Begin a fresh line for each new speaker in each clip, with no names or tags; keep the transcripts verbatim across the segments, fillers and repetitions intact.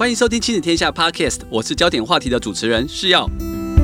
欢迎收听亲子天下 Podcast， 我是焦点话题的主持人世耀。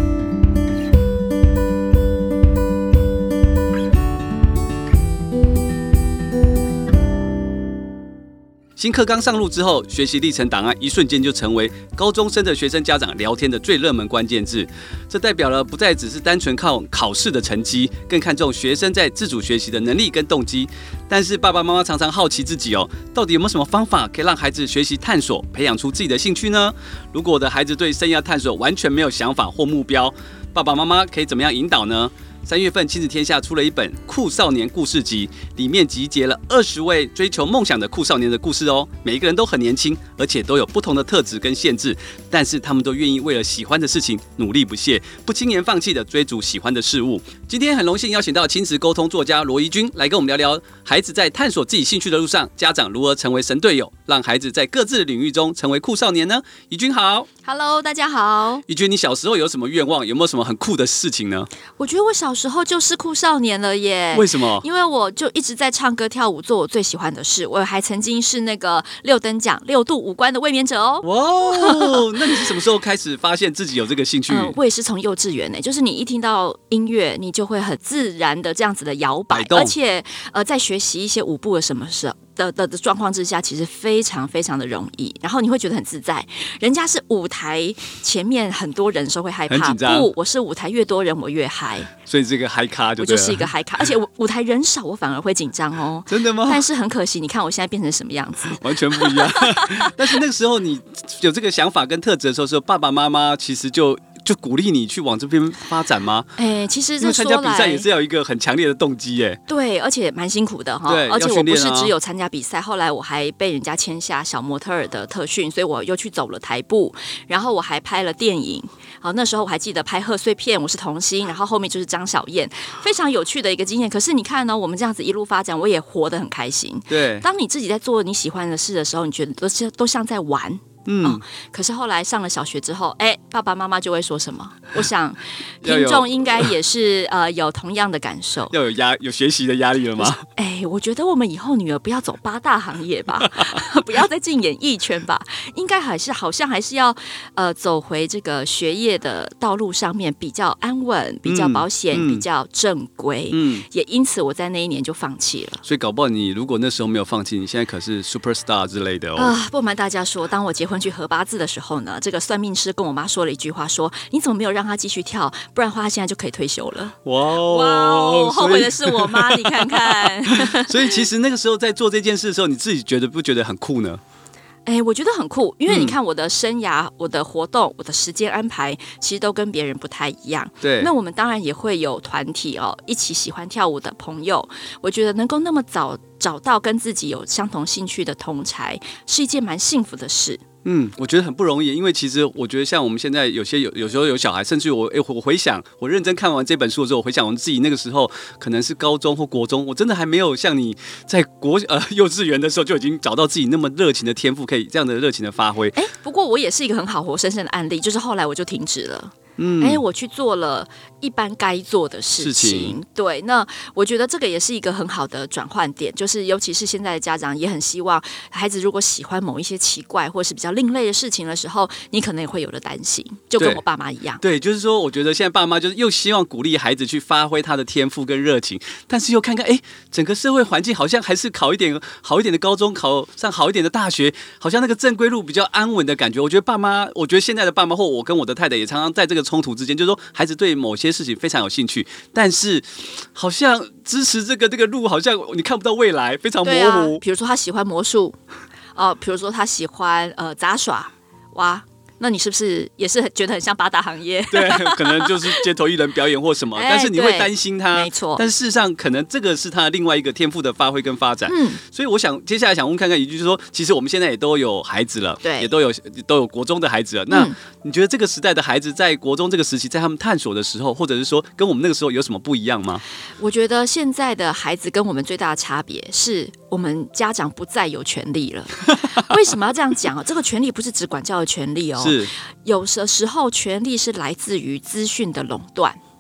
新课纲上路之后，学习历程档案一瞬间就成为高中生的学生家长聊天的最热门关键字。这代表了不再只是单纯靠考试的成绩，更看重学生在自主学习的能力跟动机。但是爸爸妈妈常常好奇自己哦，到底有没有什么方法可以让孩子学习探索，培养出自己的兴趣呢？如果我的孩子对生涯探索完全没有想法或目标，爸爸妈妈可以怎么样引导呢？三月份亲子天下出了一本酷少年故事集，里面集结了二十位追求梦想的酷少年的故事哦。每一个人都很年轻，而且都有不同的特质跟限制，但是他们都愿意为了喜欢的事情努力不懈，不轻言放弃的追逐喜欢的事物。今天很荣幸邀请到亲子沟通作家罗怡君来跟我们聊聊孩子在探索自己兴趣的路上，家长如何成为神队友，让孩子在各自的领域中成为酷少年呢？怡君好。
Hello， 大家好。
怡君，你小时候有什么愿望？有没有什么很酷的事情呢？
我觉得我小时候就是酷少年了耶。
为什么？
因为我就一直在唱歌跳舞，做我最喜欢的事。我还曾经是那个六等奖六度五关的卫冕者哦。
哇哦，那你是什么时候开始发现自己有这个兴趣？
呃、我也是从幼稚园呢，就是你一听到音乐，你就会很自然的这样子的摇摆，而且呃，在学习一些舞步的什么时候。的, 的, 的状况之下，其实非常非常的容易，然后你会觉得很自在。人家是舞台前面很多人的时候会害怕，不，我是舞台越多人我越嗨，
所以这个嗨咖就对了，
我就是一个嗨咖，而且舞台人少我反而会紧张哦。
真的吗？
但是很可惜，你看我现在变成什么样子，
完全不一样。但是那个时候你有这个想法跟特质的时候，是爸爸妈妈其实就。就鼓励你去往这边发展吗？
哎、欸，其实
因为参加比赛也是要有一个很强烈的动机耶。
对，而且蛮辛苦的哈。
对，
而且我不是只有
啊、
参加比赛，后来我还被人家签下小模特儿的特训，所以我又去走了台步，然后我还拍了电影。好，那时候我还记得拍贺岁片，我是童星，然后后面就是张小燕，非常有趣的一个经验。可是你看呢，我们这样子一路发展，我也活得很开心。
对，
当你自己在做你喜欢的事的时候，你觉得都是都像在玩。嗯、哦，可是后来上了小学之后，哎，爸爸妈妈就会说什么？我想听众应该也是呃有同样的感受，
要有压有学习的压力了吗？
哎，我觉得我们以后女儿不要走八大行业吧，不要再进演艺圈吧，应该还是好像还是要呃走回这个学业的道路上面，比较安稳、比较保险、嗯、比较正规。嗯，也因此我在那一年就放弃了。
所以搞不好你如果那时候没有放弃，你现在可是 superstar 之类的哦。
啊、呃，不瞒大家说，当我结婚去合八字的时候呢，这个算命师跟我妈说了一句话，说你怎么没有让他继续跳，不然的话他现在就可以退休了。哇哦，后悔的是我妈，你看看。
所以其实那个时候在做这件事的时候，你自己觉得不觉得很酷呢？
哎，我觉得很酷，因为你看我的生涯、嗯、我的活动、我的时间安排，其实都跟别人不太一样。
对，
那我们当然也会有团体哦，一起喜欢跳舞的朋友。我觉得能够那么早找到跟自己有相同兴趣的同侪，是一件蛮幸福的事。
嗯，我觉得很不容易，因为其实我觉得像我们现在有些有有时候有小孩，甚至我哎，我回想我认真看完这本书的时候，我回想我们自己那个时候可能是高中或国中，我真的还没有像你在国呃幼稚园的时候就已经找到自己那么热情的天赋，可以这样的热情的发挥。
哎，不过我也是一个很好活生生的案例，就是后来我就停止了。嗯，哎，我去做了一般该做的事情, 事情对，那我觉得这个也是一个很好的转换点，就是尤其是现在的家长也很希望孩子如果喜欢某一些奇怪或是比较另类的事情的时候，你可能也会有的担心，就跟我爸妈一样。
对，就是说我觉得现在爸妈就是又希望鼓励孩子去发挥他的天赋跟热情，但是又看看哎，整个社会环境好像还是考一点好一点的高中，考上好一点的大学，好像那个正规路比较安稳的感觉。我觉得爸妈，我觉得现在的爸妈或我跟我的太太也常常在这个冲突之间，就是说孩子对某些事情非常有兴趣，但是好像支持这个这个路好像你看不到未来，非常模糊。
啊、比如说他喜欢魔术，呃，比如说他喜欢呃杂耍，哇。那你是不是也是觉得很像八大行业？
对，可能就是街头艺人表演或什么，但是你会担心他，
没错。
但事实上，可能这个是他另外一个天赋的发挥跟发展。嗯，所以我想接下来想问看看一句，就是说，其实我们现在也都有孩子了，
对，
也都有都有国中的孩子了。那你觉得这个时代的孩子在国中这个时期，在他们探索的时候，或者是说跟我们那个时候有什么不一样吗？
我觉得现在的孩子跟我们最大的差别是，我们家长不再有权利了。为什么要这样讲？这个权利不是指管教的权利哦，
是
有的时候权利是来自于资讯的垄断。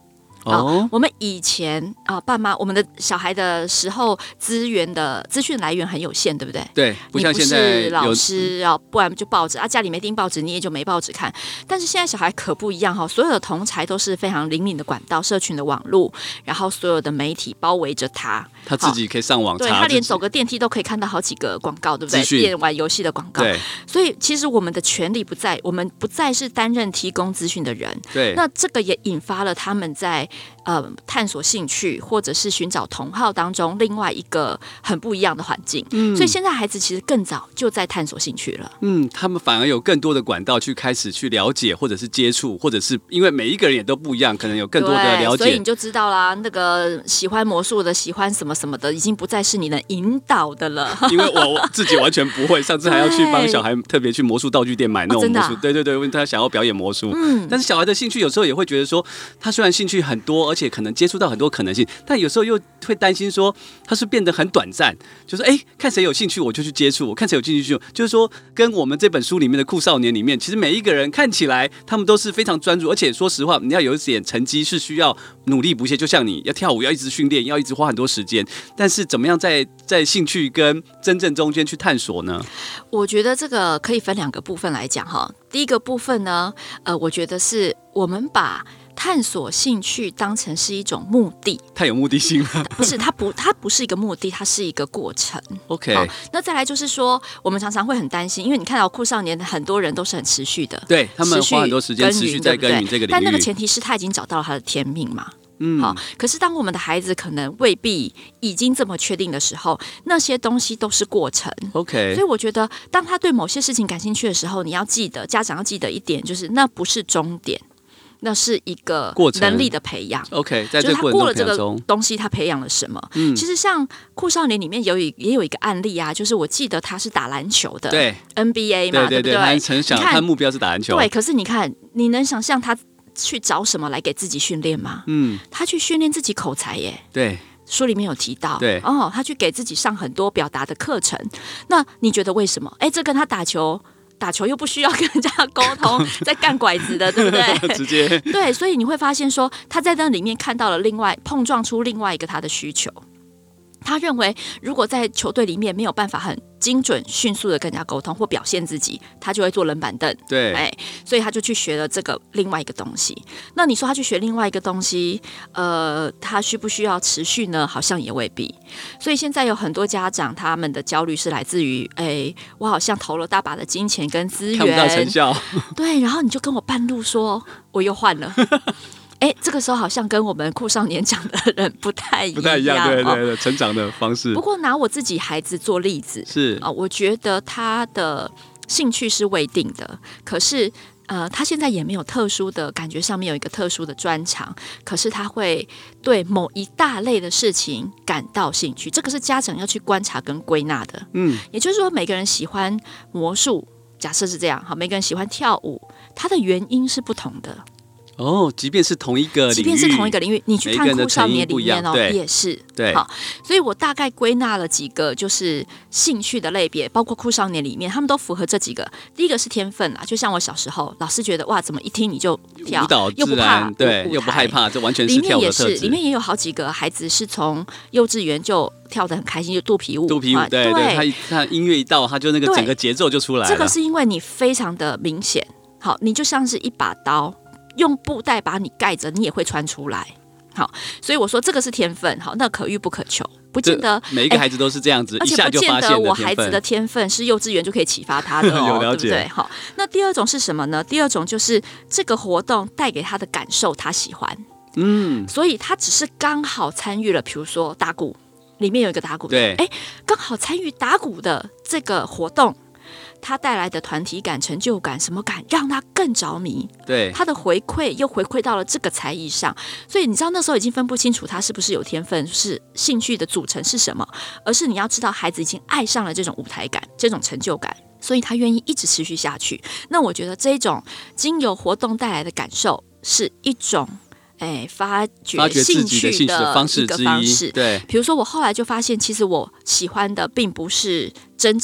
哦，我们以前啊、呃，爸妈我们的小孩的时候，资源的资讯来源很有限，对不对？
对，不像现在
你不是老师啊，不然就报纸啊，家里没订报纸，你也就没报纸看。但是现在小孩可不一样哈，所有的同侪都是非常灵敏的管道，社群的网络，然后所有的媒体包围着他，
他自己可以上网查，
对他连走个电梯都可以看到好几个广告，对不对？电玩游戏的广告，
对。
所以其实我们的权利不在，我们不再是担任提供资讯的人，
对。
那这个也引发了他们在呃探索兴趣或者是寻找同好当中另外一个很不一样的环境，嗯，所以现在孩子其实更早就在探索兴趣了，
嗯，他们反而有更多的管道去开始去了解，或者是接触，或者是因为每一个人也都不一样，可能有更多的了解，
所以你就知道啦，那个喜欢魔术的、喜欢什么什么的，已经不再是你能引导的了。
因为我自己完全不会，上次还要去帮小孩特别去魔术道具店买那种魔术，哦啊、对对对，因为他想要表演魔术，嗯，但是小孩的兴趣有时候也会觉得说，他虽然兴趣很多，而且可能接触到很多可能性，但有时候又会担心说，他是变得很短暂，就是哎，看谁有兴趣我就去接触，我看谁有兴趣就就是说，跟我们这本书里面的酷少年里面，其实每一个人看起来他们都是非常专注，而且说实话，你要有一点成绩是需要努力不懈，就像你要跳舞要一直训练，要一直花很多时间，但是怎么样在在兴趣跟真正中间去探索呢？
我觉得这个可以分两个部分来讲哈。第一个部分呢，呃，我觉得是我们把探索兴趣当成是一种目的，
太有目的性了。
不是，它不，它不是一个目的，它是一个过程。
OK，
那再来就是说，我们常常会很担心，因为你看到酷少年很多人都是很持续的，
对他们花很多时间持续在耕耘这个领域，
但那个前提是他已经找到了他的天命嘛。嗯，好。可是当我们的孩子可能未必已经这么确定的时候，那些东西都是过程。
OK，
所以我觉得，当他对某些事情感兴趣的时候，你要记得，家长要记得一点，就是那不是终点。那是一个能力的培养。
OK， 在这
个过程中，就是他过了这个东西，他培养了什么？嗯，其实像酷少年里面有一也有一个案例啊，就是我记得他是打篮球的，
对
N B A 嘛，
对对 对，
对不对？
他很想，他目标是打篮球。
对，可是你看，你能想象他去找什么来给自己训练吗？嗯，他去训练自己口才耶。
对。
书里面有提到，
对
哦，他去给自己上很多表达的课程。那你觉得为什么？哎，这跟他打球。打球又不需要跟人家沟通，在干拐子的，对不对？
直接
对，所以你会发现说，他在那里面看到了另外碰撞出另外一个他的需求。他认为，如果在球队里面没有办法很精准、迅速的跟人家沟通或表现自己，他就会坐冷板凳。
对，
哎，所以他就去学了这个另外一个东西。那你说他去学另外一个东西，呃，他需不需要持续呢？好像也未必。所以现在有很多家长，他们的焦虑是来自于，哎，我好像投了大把的金钱跟资源，
看不到成效。
对，然后你就跟我半路说，我又换了。哎，这个时候好像跟我们酷少年讲的人不太一样，
不太一样，对对对，哦、成长的方式。
不过拿我自己孩子做例子，
是
啊、呃，我觉得他的兴趣是未定的，可是呃，他现在也没有特殊的感觉，上面有一个特殊的专长，可是他会对某一大类的事情感到兴趣，这个是家长要去观察跟归纳的。嗯，也就是说，每个人喜欢魔术，假设是这样，好，每个人喜欢跳舞，他的原因是不同的。
哦，即便是同一个领域，
即便是同一个领域，你去看酷少年里面哦，也是
对。
好，所以我大概归纳了几个就是兴趣的类别，包括酷少年里面，他们都符合这几个。第一个是天分啦，就像我小时候，老师觉得哇，怎么一听你就跳，
舞蹈
又不怕，
对，又不害怕，这完全是跳舞的特质。
里面也是，里面也有好几个孩子是从幼稚园就跳得很开心，就肚皮舞，
肚皮舞，对对，他他音乐一到，他就那个整个节奏就出来了。
这个是因为你非常的明显，好，你就像是一把刀。用布袋把你盖着，你也会穿出来。好，所以我说这个是天分。好，那可遇不可求，不见得
每一个孩子都是这样子，
而且不见得我孩子的天分是幼稚园就可以启发他的哦，
有了解，
对不对？好，那第二种是什么呢？第二种就是这个活动带给他的感受，他喜欢。嗯，所以他只是刚好参与了，比如说打鼓，里面有一个打鼓的，
对，
哎，刚好参与打鼓的这个活动。他带来的团体感、成就感、什么感，让他更着迷。
对，
他的回馈又回馈到了这个才艺上，所以你知道那时候已经分不清楚他是不是有天分，是兴趣的组成是什么，而是你要知道孩子已经爱上了这种舞台感、这种成就感，所以他愿意一直持续下去。那我觉得这种经由活动带来的感受是一种。哎，发掘兴趣的一个方式之一。对，比如说我后来就发现，其实我喜欢的并不是真正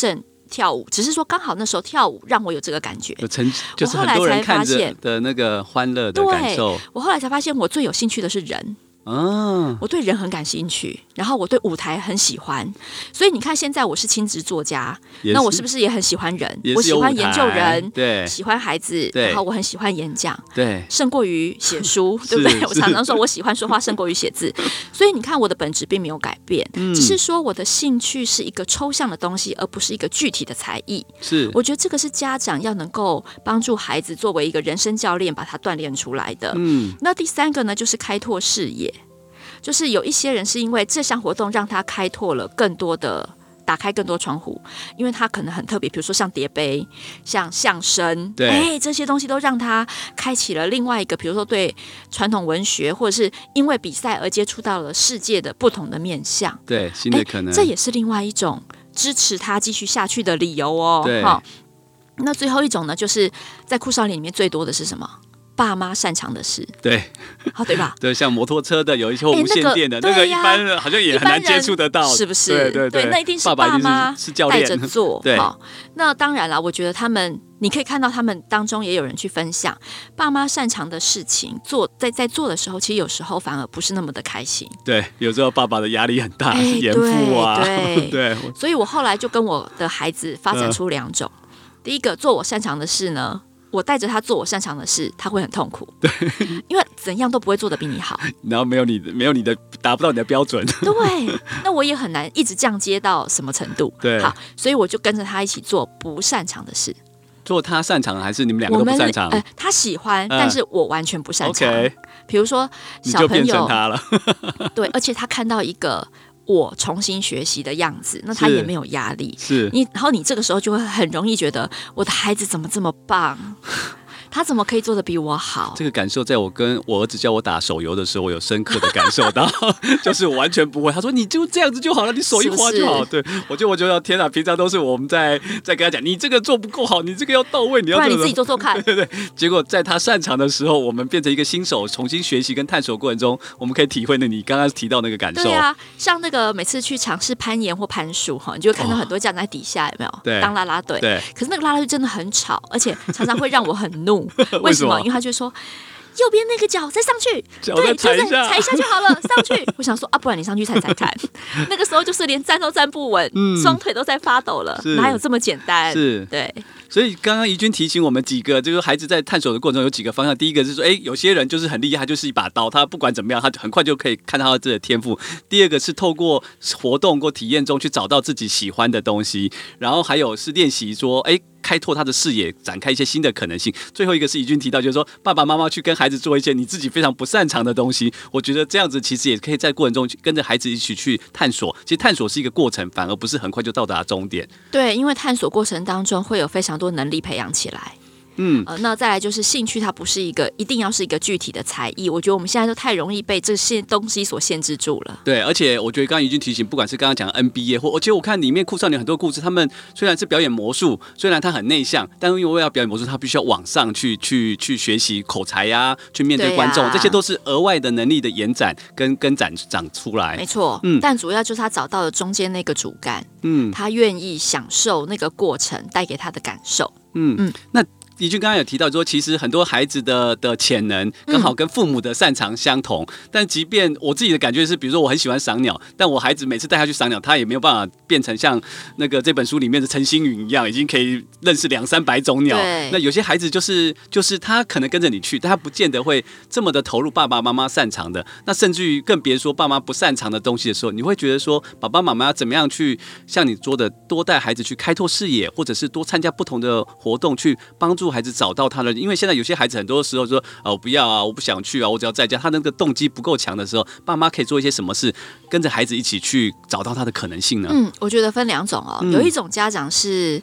跳舞，只是说刚好那时候跳舞让我有这个感觉，
有成就是很多人看着的那个欢乐的感受。
我后来才发现，我最有兴趣的是人。
啊，
我对人很感兴趣，然后我对舞台很喜欢，所以你看现在我是亲职作家，那我是不是也很喜欢人？我喜欢研究人，
对，
喜欢孩子，然后我很喜欢演讲，
对，
胜过于写书，对不对？我常常说我喜欢说话胜过于写字，所以你看我的本质并没有改变，嗯、只是说我的兴趣是一个抽象的东西，而不是一个具体的才艺。
是，
我觉得这个是家长要能够帮助孩子作为一个人生教练把它锻炼出来的。嗯，那第三个呢，就是开拓视野。就是有一些人是因为这项活动让他开拓了更多的，打开更多窗户，因为他可能很特别，比如说像叠杯、像相声，
对，
哎，这些东西都让他开启了另外一个，比如说对传统文学，或者是因为比赛而接触到了世界的不同的面向，
对，新的可能，
这也是另外一种支持他继续下去的理由哦。
对，
那最后一种呢，就是在酷少年里面最多的是什么？爸妈擅长的事，
对，
好对吧？
对，像摩托车的，有一些无线电的，欸那个、那个一般人好像也很难接触得到，
是不是？
对对 对,
对，那一定是爸妈带着做。
对，
好，那当然啦，我觉得他们，你可以看到他们当中也有人去分享，爸妈擅长的事情，做在在做的时候，其实有时候反而不是那么的开心。
对，有时候爸爸的压力很大，欸、严父啊，
对
对, 对。
所以我后来就跟我的孩子发展出两种，嗯、第一个做我擅长的事呢。我带着他做我擅长的事，他会很痛苦，
对，
因为怎样都不会做得比你好，
然后没有你没有你的达不到你的标准，
对，那我也很难一直降阶到什么程度，
对，
好，所以我就跟着他一起做不擅长的事，
做他擅长的还是你们两个都不擅长？
呃、他喜欢、嗯，但是我完全不擅长。
OK，
比如说小朋友，
你就变成他了，
对，而且他看到一个。我重新学习的样子，那他也没有压力。
是
你，然后你这个时候就会很容易觉得，我的孩子怎么这么棒？他怎么可以做得比我好？
这个感受，在我跟我儿子教我打手游的时候，我有深刻的感受到，就是我完全不会。他说：“你就这样子就好了，你手一滑就好。是是”对，我就我觉得天哪，平常都是我们在在跟他讲，你这个做不够好，你这个要到位，你要
不然你自己做做看。
对对对。结果在他擅长的时候，我们变成一个新手，重新学习跟探索过程中，我们可以体会那你刚刚提到那个感受。
对啊，像那个每次去尝试攀岩或攀树哈，你就会看到很多家长在底下有没有？
对，
当啦啦队。
对。
可是那个啦啦队真的很吵，而且常常会让我很怒。
为什么？
因为他就说右边那个脚再上去，
对，
踩一下，踩一下就好了，上去。我想说啊，不然你上去踩踩看。那个时候就是连站都站不稳，双、嗯、腿都在发抖了，哪有这么简单？
是，
对。
所以刚刚怡君提醒我们几个，就是孩子在探索的过程中有几个方向。第一个是说，哎，有些人就是很厉害，就是一把刀，他不管怎么样，他很快就可以看到他自己的天赋。第二个是透过活动或体验中去找到自己喜欢的东西，然后还有是练习说，哎。开拓他的视野，展开一些新的可能性。最后一个是怡君提到，就是说爸爸妈妈去跟孩子做一些你自己非常不擅长的东西。我觉得这样子其实也可以在过程中跟着孩子一起去探索。其实探索是一个过程，反而不是很快就到达终点。
对，因为探索过程当中会有非常多能力培养起来。嗯，呃，那再来就是兴趣，它不是一个一定要是一个具体的才艺。我觉得我们现在都太容易被这些东西所限制住了。
对，而且我觉得刚刚怡君提醒，不管是刚刚讲的 N B A 或，而且我看里面酷少年很多故事，他们虽然是表演魔术，虽然他很内向，但因为要表演魔术，他必须要往上去去去学习口才呀、啊，去面对观众、啊，这些都是额外的能力的延展跟跟展长出来。
没错，嗯，但主要就是他找到了中间那个主干，嗯，他愿意享受那个过程带给他的感受，
嗯嗯，那。怡君刚刚有提到说，其实很多孩子的的潜能刚好跟父母的擅长相同、嗯，但即便我自己的感觉是，比如说我很喜欢赏鸟，但我孩子每次带他去赏鸟，他也没有办法变成像那个这本书里面的陈星云一样，已经可以认识两三百种鸟。那有些孩子就是就是他可能跟着你去，但他不见得会这么的投入爸爸妈妈擅长的。那甚至于更别说爸妈不擅长的东西的时候，你会觉得说，爸爸妈妈要怎么样去像你说的，多带孩子去开拓视野，或者是多参加不同的活动，去帮助孩子找到他的，因为现在有些孩子很多时候说哦不要啊，我不想去啊，我只要在家。他那个动机不够强的时候，爸妈可以做一些什么事，跟着孩子一起去找到他的可能性呢？
嗯，我觉得分两种哦，有一种家长是。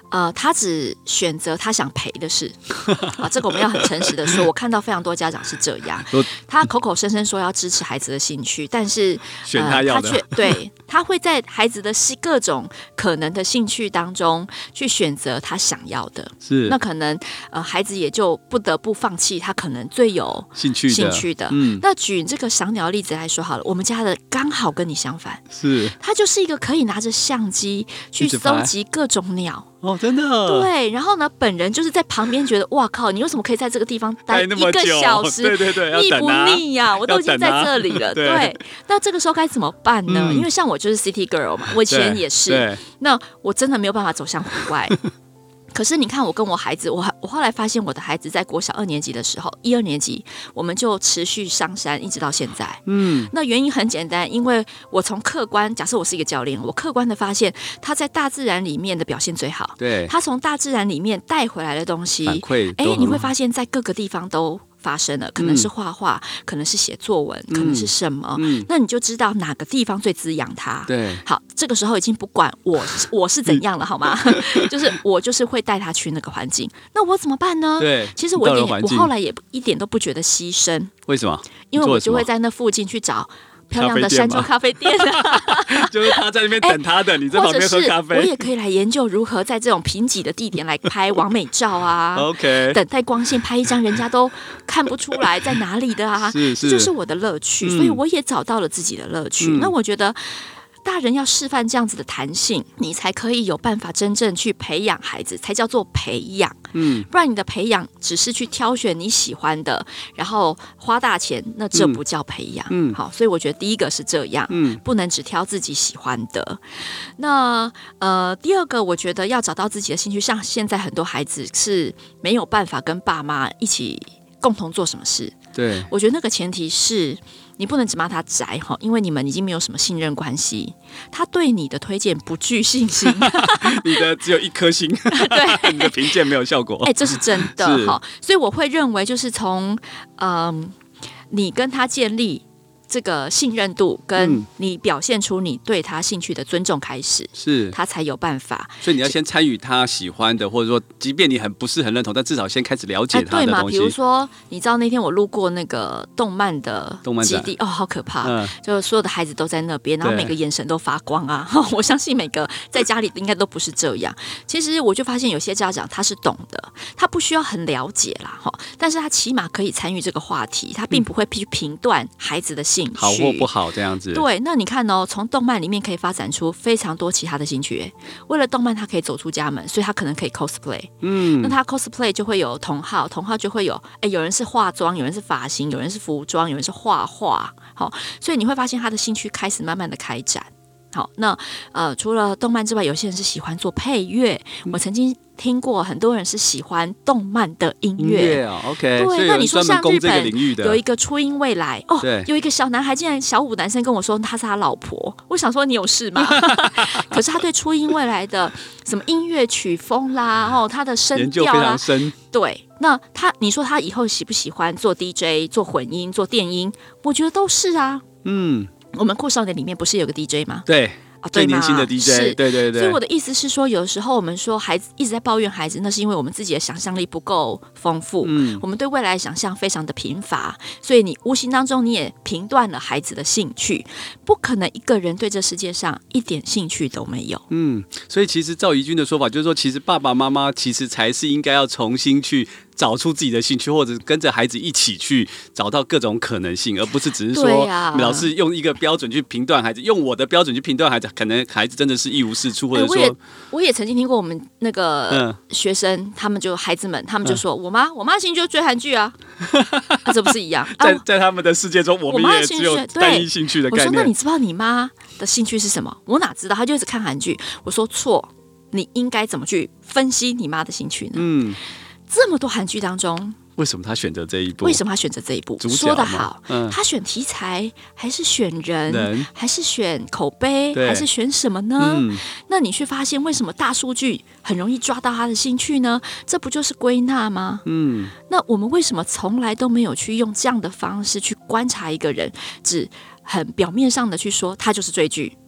呃，他只选择他想陪的事啊，这个我们要很诚实的说，我看到非常多家长是这样，他口口声声说要支持孩子的兴趣，但是
选他要的，
呃、他却对他会在孩子的各种可能的兴趣当中去选择他想要的，
是
那可能呃孩子也就不得不放弃他可能最有
兴趣的。
兴趣的嗯、那举这个赏鸟例子来说好了，我们家的刚好跟你相反，
是
他就是一个可以拿着相机去搜集各种鸟。
哦，真的。
对，然后呢，本人就是在旁边觉得，哇靠，你为什么可以在这个地方待一个小时？
对对对，
腻不腻呀、啊？我都已经在这里了。对, 对，那这个时候该怎么办呢？嗯、因为像我就是 City Girl 嘛，我以前也是。那我真的没有办法走向户外。可是你看，我跟我孩子，我我后来发现，我的孩子在国小二年级的时候，一二年级，我们就持续上山，一直到现在。嗯，那原因很简单，因为我从客观，假设我是一个教练，我客观的发现他在大自然里面的表现最好。
对，
他从大自然里面带回来的东西，
反馈，
哎，你会发现在各个地方都发生了，可能是画画、嗯，可能是写作文，可能是什么、嗯，那你就知道哪个地方最滋养他。
对，
好，这个时候已经不管我我是怎样了，好吗？就是我就是会带他去那个环境，那我怎么办呢？
对，
其实我一点我后来也一点都不觉得牺牲。
为什么？
因为我就会在那附近去找漂亮的山丘咖啡店啊，
就是他在那边等他的，欸、你在旁边喝咖啡。
我也可以来研究如何在这种贫瘠的地点来拍完美照啊。
OK，
等待光线拍一张人家都看不出来在哪里的啊，
是是，
这就是我的乐趣、嗯，所以我也找到了自己的乐趣。嗯、那我觉得。大人要示范这样子的弹性，你才可以有办法真正去培养孩子，才叫做培养。嗯，不然你的培养只是去挑选你喜欢的，然后花大钱，那这不叫培养。嗯，好，所以我觉得第一个是这样，嗯，不能只挑自己喜欢的。那呃，第二个我觉得要找到自己的兴趣，像现在很多孩子是没有办法跟爸妈一起共同做什么事。
对，
我觉得那个前提是。你不能只骂他宅哈，因为你们已经没有什么信任关系。他对你的推荐不具信心，
你的只有一颗星，对，你的评鉴没有效果。
哎、欸，这是真的哈。所以我会认为，就是从嗯，你跟他建立这个信任度，跟你表现出你对他兴趣的尊重开始，是他才有办法。
所以你要先参与他喜欢的，或者说，即便你很不是很认同，但至少先开始了解他的东西。
啊、对嘛？比如说，你知道那天我路过那个动漫的基地，哦，好可怕！嗯、就是所有的孩子都在那边，然后每个眼神都发光啊！我相信每个在家里应该都不是这样。其实我就发现有些家长他是懂的，他不需要很了解啦，哈，但是他起码可以参与这个话题，他并不会去评断孩子的兴趣。
好或不好这样子。
对，那你看哦，从动漫里面可以发展出非常多其他的兴趣。为了动漫，他可以走出家门，所以他可能可以 cosplay。嗯，那他 cosplay 就会有同好，同好就会有，哎，有人是化妆，有人是发型，有人是服装，有人是画画。好，所以你会发现他的兴趣开始慢慢的开展。好，那呃，除了动漫之外，有些人是喜欢做配乐。我曾经听过很多人是喜欢动漫的音乐。
哦、OK，
对，那你说像日本有一个初音未来哦，
对，
有一个小男孩，竟然小五男生跟我说他是他老婆，我想说你有事吗？可是他对初音未来的什么音乐曲风啦，哦，他的声调啦，研究非
常深。
对，那他你说他以后喜不喜欢做 D J、做混音、做电音？我觉得都是啊。嗯。我们酷少年里面不是有个 D J 吗？
对，哦、最年轻的 D J， 对对对。
所以我的意思是说，有时候我们说孩子一直在抱怨孩子，那是因为我们自己的想象力不够丰富，嗯，我们对未来的想象非常的贫乏，所以你无形当中你也评断了孩子的兴趣。不可能一个人对这世界上一点兴趣都没有。
嗯，所以其实赵怡君的说法就是说，其实爸爸妈妈其实才是应该要重新去找出自己的兴趣，或者跟着孩子一起去找到各种可能性，而不是只是说、啊、老是用一个标准去评断孩子，用我的标准去评断孩子，可能孩子真的是一无是处，或者说、欸、我,
也我也曾经听过我们那个学生，嗯、他们就孩子们，他们就说、嗯、我妈我妈兴趣就追韩剧啊，啊，这不是一样？
在在他们的世界中，我们也只有单一兴趣的概念。
我说那你知不知道你妈的兴趣是什么？我哪知道？她就一直看韩剧。我说错，你应该怎么去分析你妈的兴趣呢？嗯。这么多韩剧当中，
为什么他选择这一部？
为什么他选择这一部？说得好、嗯，他选题材还是选人，人还是选口碑，还是选什么呢、嗯？那你去发现为什么大数据很容易抓到他的兴趣呢？这不就是归纳吗？嗯，那我们为什么从来都没有去用这样的方式去观察一个人，只很表面上的去说他就是追剧？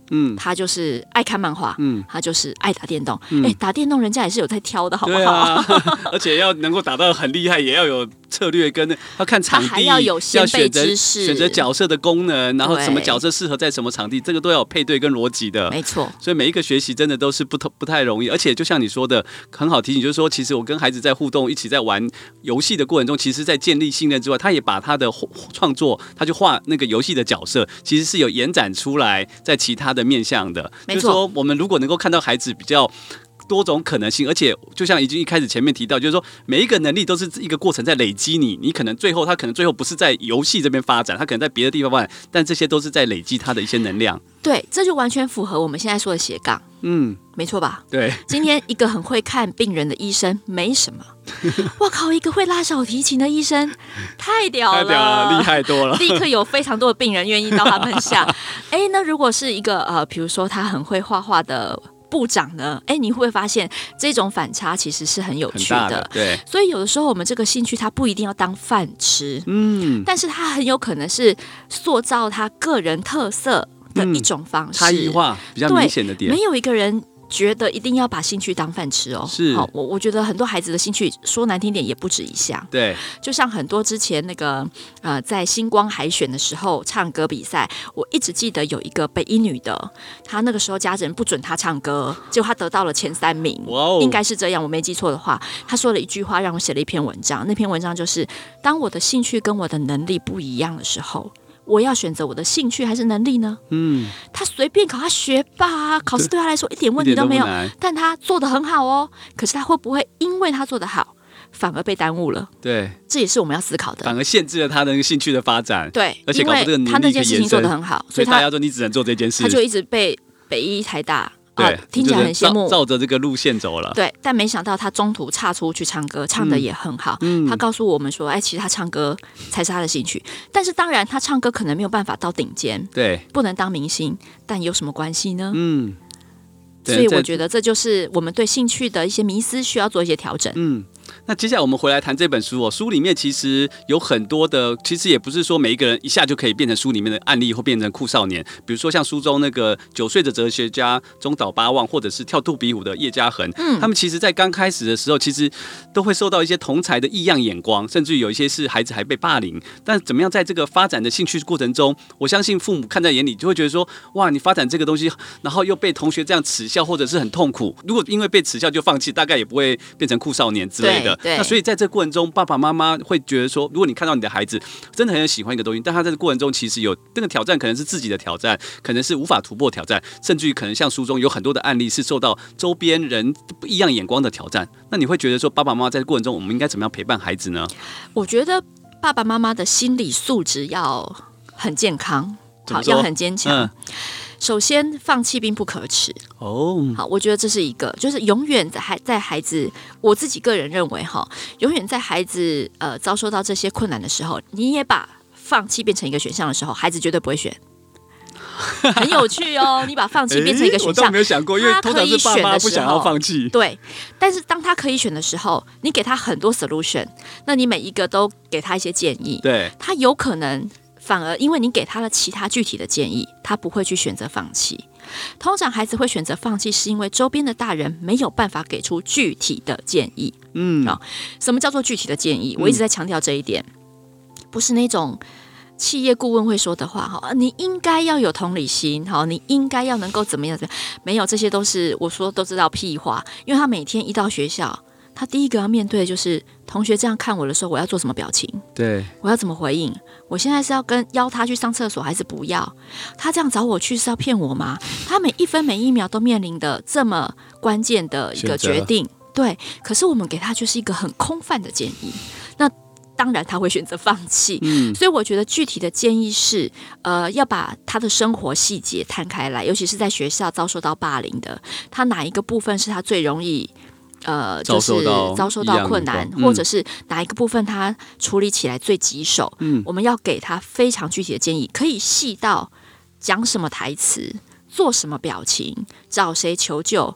嗯，他就是爱看漫画，嗯，他就是爱打电动。哎、嗯欸，打电动人家也是有在挑的，好不好？对
啊，而且要能够打到很厉害，也要有策略跟要看场地，
还要有先辈知识，
选择角色的功能，然后什么角色适合在什么场地，这个都要有配对跟逻辑的。
没错，
所以每一个学习真的都是不不太容易，而且就像你说的，很好提醒，就是说，其实我跟孩子在互动，一起在玩游戏的过程中，其实在建立信任之外，他也把他的创作，他就画那个游戏的角色，其实是有延展出来在其他的面向的。就是说，我们如果能够看到孩子比较多种可能性，而且就像已经一开始前面提到，就是说每一个能力都是一个过程在累积你，你可能最后他可能最后不是在游戏这边发展，他可能在别的地方发展，但这些都是在累积他的一些能量。
对，这就完全符合我们现在说的斜杠。嗯，没错吧？
对，
今天一个很会看病人的医生没什么，哇靠，一个会拉小提琴的医生太屌了，
太屌了，厉害多了，
立刻有非常多的病人愿意到他门下。哎，那如果是一个呃，比如说他很会画画的部长呢，哎，你会不会发现这种反差其实是很有趣 的,
的对，
所以有的时候我们这个兴趣它不一定要当饭吃，嗯，但是它很有可能是塑造他个人特色的一种方式，
差异化比较明显的点。
没有一个人觉得一定要把兴趣当饭吃哦，
是，
好，我我觉得很多孩子的兴趣说难听点也不止一项，
对，
就像很多之前那个呃在星光海选的时候唱歌比赛，我一直记得有一个北一女的，她那个时候家人不准她唱歌，结果她得到了前三名，哇哦，应该是这样，我没记错的话，她说了一句话让我写了一篇文章，那篇文章就是当我的兴趣跟我的能力不一样的时候，我要选择我的兴趣还是能力呢？嗯，他随便考，他学霸，考试对他来说一点问题都没有，但他做得很好哦。可是他会不会因为他做得好，反而被耽误了？
对，
这也是我们要思考的，
反而限制了他的兴趣的发展。
对，
而且搞不好这个
他那件事情做得很好，
所以大家说你只能做这件事，
他就一直被北医台大。
对、
啊，听起来很羡慕，
照着这个路线走了。
对，但没想到他中途岔出去唱歌，唱得也很好。嗯、他告诉我们说：“哎，其实他唱歌才是他的兴趣。但是当然，他唱歌可能没有办法到顶尖，
对，
不能当明星，但有什么关系呢？”嗯，所以我觉得这就是我们对兴趣的一些迷思，需要做一些调整。嗯。
那接下来我们回来谈这本书哦，书里面其实有很多的，其实也不是说每一个人一下就可以变成书里面的案例或变成酷少年。比如说像书中那个九岁的哲学家中岛八望，或者是跳肚皮舞的叶嘉恒，嗯，他们其实在刚开始的时候，其实都会受到一些同侪的异样眼光，甚至于有一些是孩子还被霸凌。但怎么样在这个发展的兴趣过程中，我相信父母看在眼里，就会觉得说，哇，你发展这个东西，然后又被同学这样耻笑，或者是很痛苦。如果因为被耻笑就放弃，大概也不会变成酷少年之类的。那所以在这个过程中，爸爸妈妈会觉得说，如果你看到你的孩子真的很喜欢一个东西，但他在这个过程中其实有那个挑战，可能是自己的挑战，可能是无法突破挑战，甚至于可能像书中有很多的案例是受到周边人异样眼光的挑战。那你会觉得说，爸爸妈妈在这个过程中，我们应该怎么样陪伴孩子呢？
我觉得爸爸妈妈的心理素质要很健康，好，要很坚强。嗯，首先，放弃并不可耻哦。好，我觉得这是一个，就是永远在孩在孩子，我自己个人认为哈，永远在孩子呃遭受到这些困难的时候，你也把放弃变成一个选项的时候，孩子绝对不会选。很有趣哦，你把放弃变成一个选项，
我倒没有想过，因为通常是爸妈不想要放弃。
对，但是当他可以选的时候，你给他很多 solution， 那你每一个都给他一些建议，
对，
他有可能。反而因为你给他了其他具体的建议，他不会去选择放弃。通常孩子会选择放弃，是因为周边的大人没有办法给出具体的建议。嗯，啊，什么叫做具体的建议？我一直在强调这一点，不是那种企业顾问会说的话哈，你应该要有同理心，哈，你应该要能够怎么样？没有，这些都是我说都知道屁话。因为他每天一到学校，他第一个要面对的就是同学这样看我的时候，我要做什么表情？
对，
我要怎么回应？我现在是要跟邀他去上厕所，还是不要？他这样找我去是要骗我吗？他每一分每一秒都面临的这么关键的一个决定，对。可是我们给他就是一个很空泛的建议，那当然他会选择放弃。嗯，所以我觉得具体的建议是，呃，要把他的生活细节摊开来，尤其是在学校遭受到霸凌的，他哪一个部分是他最容易？呃，就是遭受到困难，嗯、或者是哪一个部分他处理起来最棘手，嗯，我们要给他非常具体的建议，可以细到讲什么台词、做什么表情、找谁求救，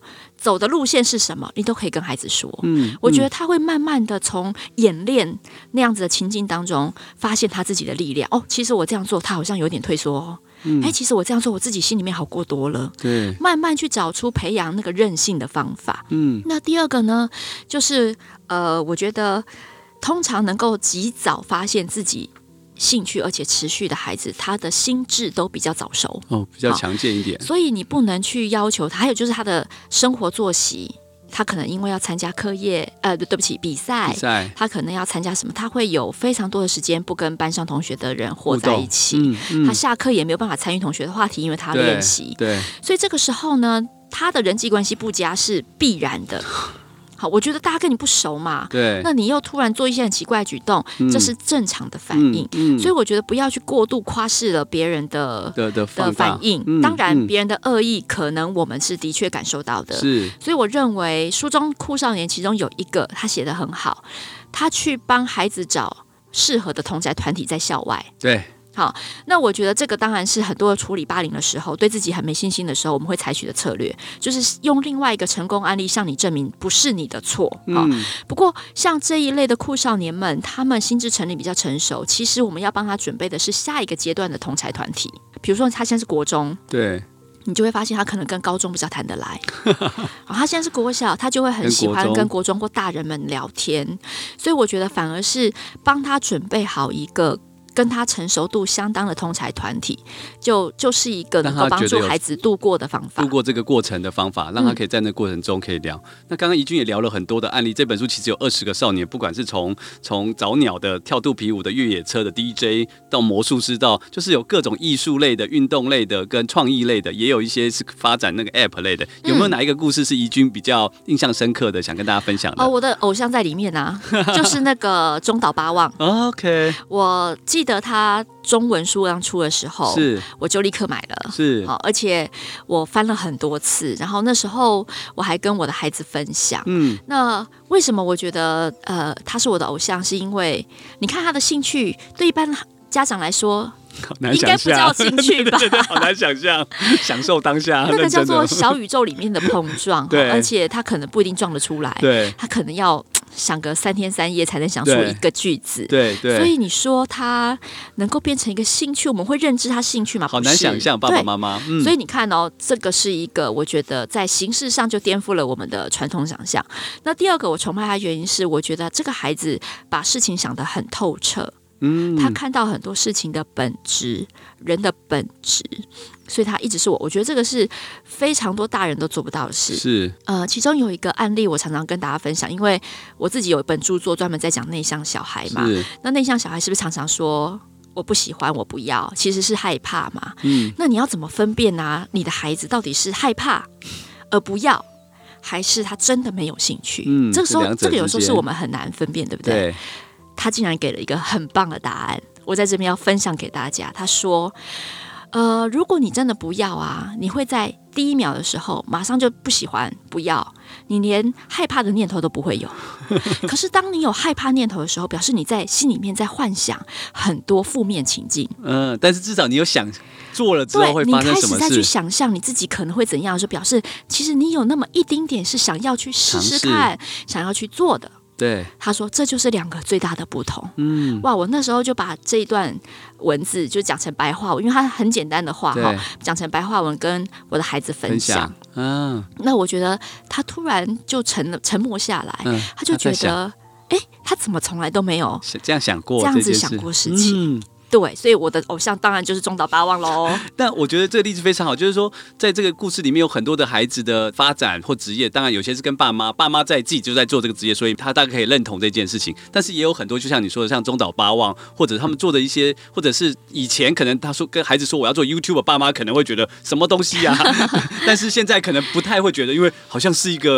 走的路线是什么，你都可以跟孩子说。嗯，我觉得他会慢慢的从演练那样子的情境当中，发现他自己的力量。哦，其实我这样做，他好像有点退缩哦。嗯，哎，其实我这样做，我自己心里面好过多了。
对，
慢慢去找出培养那个韧性的方法。嗯，那第二个呢，就是呃，我觉得通常能够及早发现自己兴趣而且持续的孩子，他的心智都比较早熟
哦，比较强健一点。
所以你不能去要求他。还有就是他的生活作息，他可能因为要参加课业，呃，对不起，比赛，
比赛，
他可能要参加什么，他会有非常多的时间不跟班上同学的人和在一起。嗯嗯、他下课也没有办法参与同学的话题，因为他要练习。
对，
所以这个时候呢，他的人际关系不佳是必然的。好，我觉得大家跟你不熟嘛，
对，
那你又突然做一些很奇怪的举动，嗯、这是正常的反应。嗯嗯、所以我觉得不要去过度夸饰了别人的
的 的,
的反应。嗯、当然，别人的恶意可能我们是的确感受到的。
是，
所以我认为书中酷少年其中有一个他写得很好，他去帮孩子找适合的同侪团体在校外。
对。
好，那我觉得这个当然是很多处理霸凌的时候，对自己很没信心的时候，我们会采取的策略，就是用另外一个成功案例向你证明不是你的错。嗯，不过像这一类的酷少年们，他们心智成理比较成熟，其实我们要帮他准备的是下一个阶段的同侪团体，比如说他现在是国中，
对。
你就会发现他可能跟高中比较谈得来。他现在是国小，他就会很喜欢跟国中或大人们聊天，所以我觉得反而是帮他准备好一个跟他成熟度相当的同侪团体，就就是一个能够帮助孩子度过的方法，
度过这个过程的方法，让他可以在那个过程中可以聊。嗯、那刚刚怡君也聊了很多的案例，这本书其实有二十个少年，不管是从从早鸟的跳肚皮舞的越野车的 D J 到魔术师，到就是有各种艺术类的、运动类的跟创意类的，也有一些是发展那个 App 类的。有没有哪一个故事是怡君比较印象深刻的，想跟大家分享的？
哦，我的偶像在里面啊，就是那个中岛八望。
OK，
我记得他中文书刚出的时候，
是
我就立刻买了，
是，
而且我翻了很多次，然后那时候我还跟我的孩子分享。嗯，那为什么我觉得呃他是我的偶像？是因为你看他的兴趣，对一般家长来说。应该不叫兴趣吧？
对对对，好难想象，享受当下。
那个叫做小宇宙里面的碰撞，
对，
而且他可能不一定撞得出来，
对，
他可能要想个三天三夜才能想出一个句子，
对对。
所以你说他能够变成一个兴趣，我们会认知他兴趣吗？
好难想象，爸爸妈妈。
嗯、所以你看哦，这个是一个我觉得在形式上就颠覆了我们的传统想象。那第二个我崇拜他的原因是，我觉得这个孩子把事情想得很透彻。嗯，他看到很多事情的本质，人的本质，所以他一直是我。我觉得这个是非常多大人都做不到的事。
是，
呃，其中有一个案例，我常常跟大家分享，因为我自己有一本著作专门在讲内向小孩嘛。那内向小孩是不是常常说我不喜欢，我不要，其实是害怕嘛？嗯，那你要怎么分辨啊？你的孩子到底是害怕而不要，还是他真的没有兴趣？嗯，这个时候，这个有时候是我们很难分辨，对不对？
对。
他竟然给了一个很棒的答案，我在这边要分享给大家。他说：“呃，如果你真的不要啊，你会在第一秒的时候马上就不喜欢，不要，你连害怕的念头都不会有。可是当你有害怕念头的时候，表示你在心里面在幻想很多负面情境。
嗯，但是至少你有想做了之后会发生什么事，
你开始再去想象你自己可能会怎样的时候，表示其实你有那么一丁点是想要去试试看，想要去做的。”
对，
他说这就是两个最大的不同。嗯，哇，我那时候就把这一段文字就讲成白话文，因为它很简单的话哈，讲成白话文跟我的孩子分享。嗯，那我觉得他突然就沉了沉默下来，嗯、他就觉得，哎，他怎么从来都没有
这样想过，
这样子想过事情。嗯，对，所以我的偶像当然就是中岛八望喽。
但我觉得这个例子非常好，就是说，在这个故事里面有很多的孩子的发展或职业，当然有些是跟爸妈，爸妈在自己就在做这个职业，所以他大概可以认同这件事情。但是也有很多，就像你说的，像中岛八望，或者他们做的一些，或者是以前可能他说跟孩子说我要做 YouTube， 爸妈可能会觉得什么东西啊，但是现在可能不太会觉得，因为好像是一个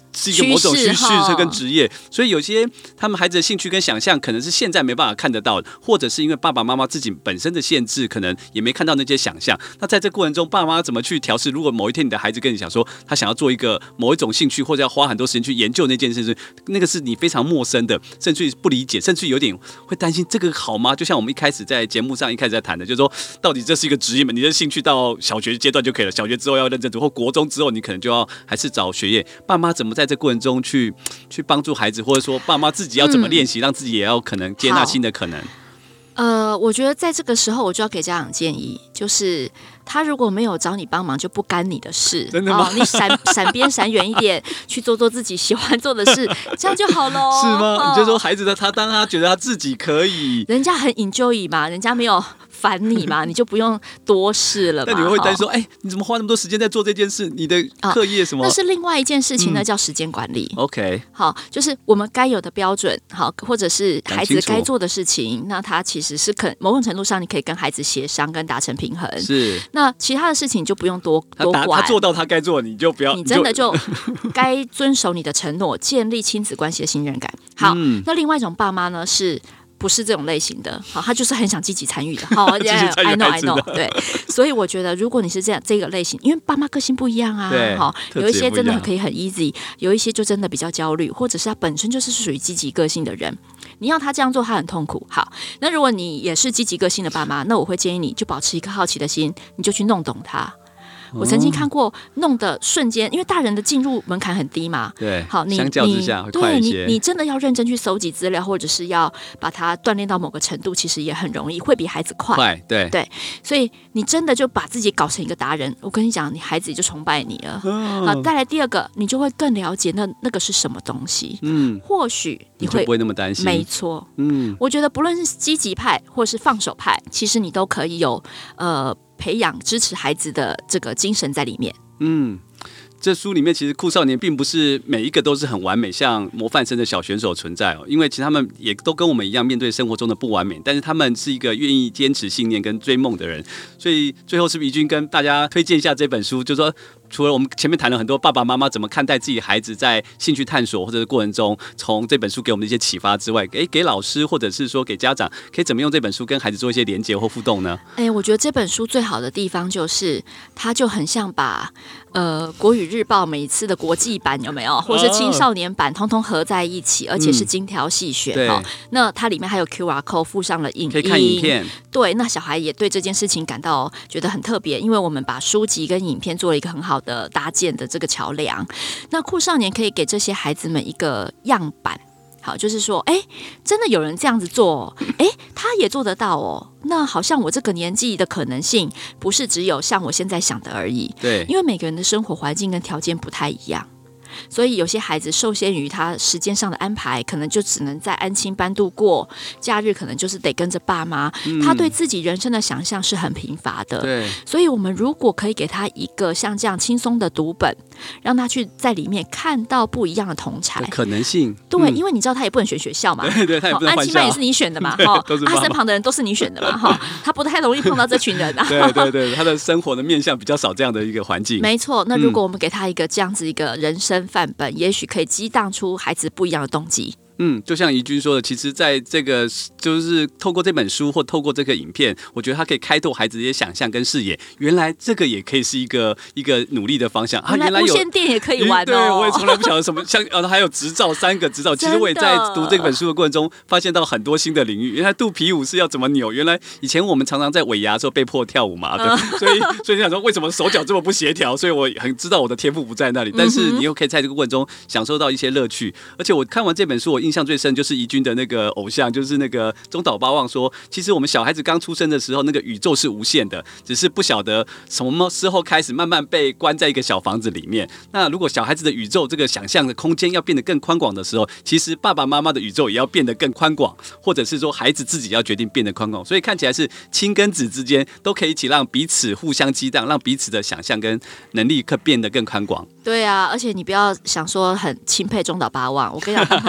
是一个某种趋势跟职业，所以有些他们孩子的兴趣跟想象可能是现在没办法看得到的，或者是因为爸爸妈妈自己本身的限制，可能也没看到那些想象。那在这过程中，爸妈怎么去调试？如果某一天你的孩子跟你讲说他想要做一个某一种兴趣，或者要花很多时间去研究那件事情，那个是你非常陌生的，甚至不理解，甚至有点会担心这个好吗？就像我们一开始在节目上一开始在谈的，就是说到底这是一个职业吗？你的兴趣到小学阶段就可以了，小学之后要认真读，或国中之后你可能就要还是找学业。爸妈怎么在这过程中去去帮助孩子，或者说爸妈自己要怎么练习，嗯、让自己也要可能接纳新的可能？
呃，我觉得在这个时候，我就要给家长建议，就是他如果没有找你帮忙，就不干你的事。
真的吗？
哦、你闪闪边闪远一点，去做做自己喜欢做的事，这样就好了。
是吗？
哦、
你就说孩子的他，当他觉得他自己可以，
人家很 enjoy 嘛，人家没有烦你嘛，你就不用多事了嘛。
那你会担心说，哎、欸，你怎么花那么多时间在做这件事？你的课业什么？
那是另外一件事情呢，嗯、叫时间管理。
OK，
好，就是我们该有的标准，好，或者是孩子该做的事情，那他其实是可某种程度上，你可以跟孩子协商，跟达成平衡。
是，
那其他的事情就不用多多管。
他做到他该做，你就不要，
你真的就该遵守你的承诺，建立亲子关系的信任感。好，嗯、那另外一种爸妈呢是。不是这种类型的，好，他就是很想积极参与的，好，I know I know， 对，所以我觉得如果你是这样这个类型，因为爸妈个性不一样啊，好，有一些真的可以很 easy， 有一些就真的比较焦虑，或者是他本身就是属于积极个性的人，你要他这样做，他很痛苦。好，那如果你也是积极个性的爸妈，那我会建议你就保持一颗好奇的心，你就去弄懂他。我曾经看过弄的瞬间，因为大人的进入门槛很低嘛，
对，
好，你
相较之下会快一些。
对你，你真的要认真去搜集资料，或者是要把它锻炼到某个程度，其实也很容易，会比孩子快。
快，对
对，所以你真的就把自己搞成一个达人，我跟你讲，你孩子就崇拜你了。哦、好，再来第二个，你就会更了解那那个是什么东西。嗯，或许你会
你就不会那么担心。
没错，嗯，我觉得不论是积极派或是放手派，其实你都可以有呃。培养支持孩子的这个精神在里面。
嗯，这书里面其实酷少年并不是每一个都是很完美，像模范生的小选手存在哦。因为其实他们也都跟我们一样，面对生活中的不完美，但是他们是一个愿意坚持信念跟追梦的人。所以最后是不是怡君跟大家推荐一下这本书，就是说。除了我们前面谈了很多爸爸妈妈怎么看待自己孩子在兴趣探索或者是过程中，从这本书给我们的一些启发之外，给给老师或者是说给家长，可以怎么用这本书跟孩子做一些连结或互动呢？
哎，我觉得这本书最好的地方就是，它就很像把呃国语日报每一次的国际版有没有，或是青少年版，通通合在一起，而且是精挑细选哈、嗯。那它里面还有 Q R code 附上了影音，
可以看影片。
对，那小孩也对这件事情感到觉得很特别，因为我们把书籍跟影片做了一个很好的搭建的这个桥梁。那酷少年可以给这些孩子们一个样板，好，就是说，哎，真的有人这样子做，哎，他也做得到哦。那好像我这个年纪的可能性，不是只有像我现在想的而已。
对，
因为每个人的生活环境跟条件不太一样。所以有些孩子受限于他时间上的安排，可能就只能在安亲班度过，假日可能就是得跟着爸妈、嗯、他对自己人生的想象是很贫乏的。
对，
所以我们如果可以给他一个像这样轻松的读本，让他去在里面看到不一样的同侪
可能性。
对、嗯、因为你知道他也不能选学校嘛，
对对，他也不能换校，
安亲班也是你选的嘛，他身旁的人都是你选的嘛，他不太容易碰到这群人啊。
对对对，他的生活的面向比较少这样的一个环境。
没错，那如果我们给他一个这样子一个人生范本、嗯、也许可以激荡出孩子不一样的动机。
嗯，就像怡君说的，其实在这个就是透过这本书或透过这个影片，我觉得他可以开拓孩子的一些想象跟视野。原来这个也可以是一个一个努力的方向啊！原来有
无线电也可以玩哦。
对，我也从来不晓得什么像呃还有执照三个执照。其实我也在读这本书的过程中，发现到很多新的领域。原来肚皮舞是要怎么扭？原来以前我们常常在尾牙的时候被迫跳舞嘛，对，所以所以你想说为什么手脚这么不协调？所以我很知道我的天赋不在那里，但是你又可以在这个过程中享受到一些乐趣。而且我看完这本书，我印象最深就是怡君的那个偶像，就是那个中岛八望说，其实我们小孩子刚出生的时候，那个宇宙是无限的，只是不晓得什么时候开始慢慢被关在一个小房子里面。那如果小孩子的宇宙这个想象的空间要变得更宽广的时候，其实爸爸妈妈的宇宙也要变得更宽广，或者是说孩子自己要决定变得宽广。所以看起来是亲跟子之间都可以一起让彼此互相激荡，让彼此的想象跟能力可变得更宽广。
对啊，而且你不要想说很钦佩中岛八望，我跟你讲，当他妈是很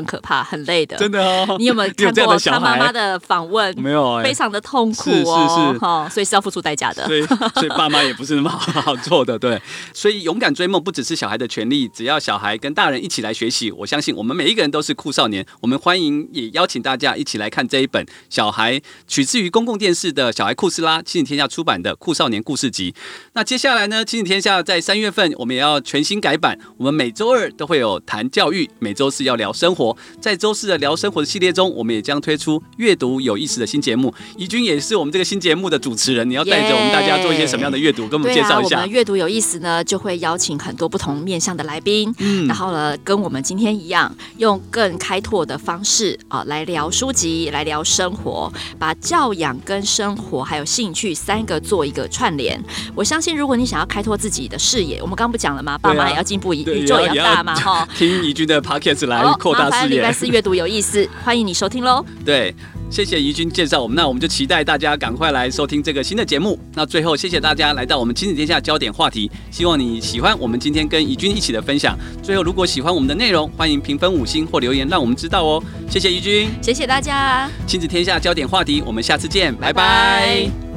可怕，很累的。
真的哦，
你有没有看过他妈妈的访问？
没有、欸，
非常的痛苦
哦，是是是、
哦，所以是要付出代价的。
所以，所以爸妈也不是那么好好做的，对。所以勇敢追梦不只是小孩的权利，只要小孩跟大人一起来学习，我相信我们每一个人都是酷少年。我们欢迎也邀请大家一起来看这一本小孩取自于公共电视的小孩酷斯拉亲子天下出版的酷少年故事集。那接下来呢，亲子天下在三月份我们也要全新改版，我们每周二都会有谈教育，每周四要聊生活。在周四的聊生活的系列中，我们也将推出阅读有意思的新节目。怡君也是我们这个新节目的主持人，你要带着我们大家做一些什么样的阅读，跟我们介绍一下。
对啊，我们阅读有意思呢，就会邀请很多不同面向的来宾，嗯，然后呢，跟我们今天一样，用更开拓的方式啊，来聊书籍，来聊生活，把教养跟生活还有兴趣三个做一个串联。我相信，如果你想要开拓自己的视野，我们刚刚不讲了吗？爸妈也要进步，宇宙也要大嘛，哈。
听怡君的 podcast 来扩大视野。
礼拜四阅读有意思，欢迎你收听喽。
对。谢谢怡君介绍我们，那我们就期待大家赶快来收听这个新的节目。那最后，谢谢大家来到我们亲子天下焦点话题，希望你喜欢我们今天跟怡君一起的分享。最后，如果喜欢我们的内容，欢迎评分五星或留言让我们知道哦。谢谢怡君，
谢谢大家。
亲子天下焦点话题，我们下次见，拜拜。
拜拜。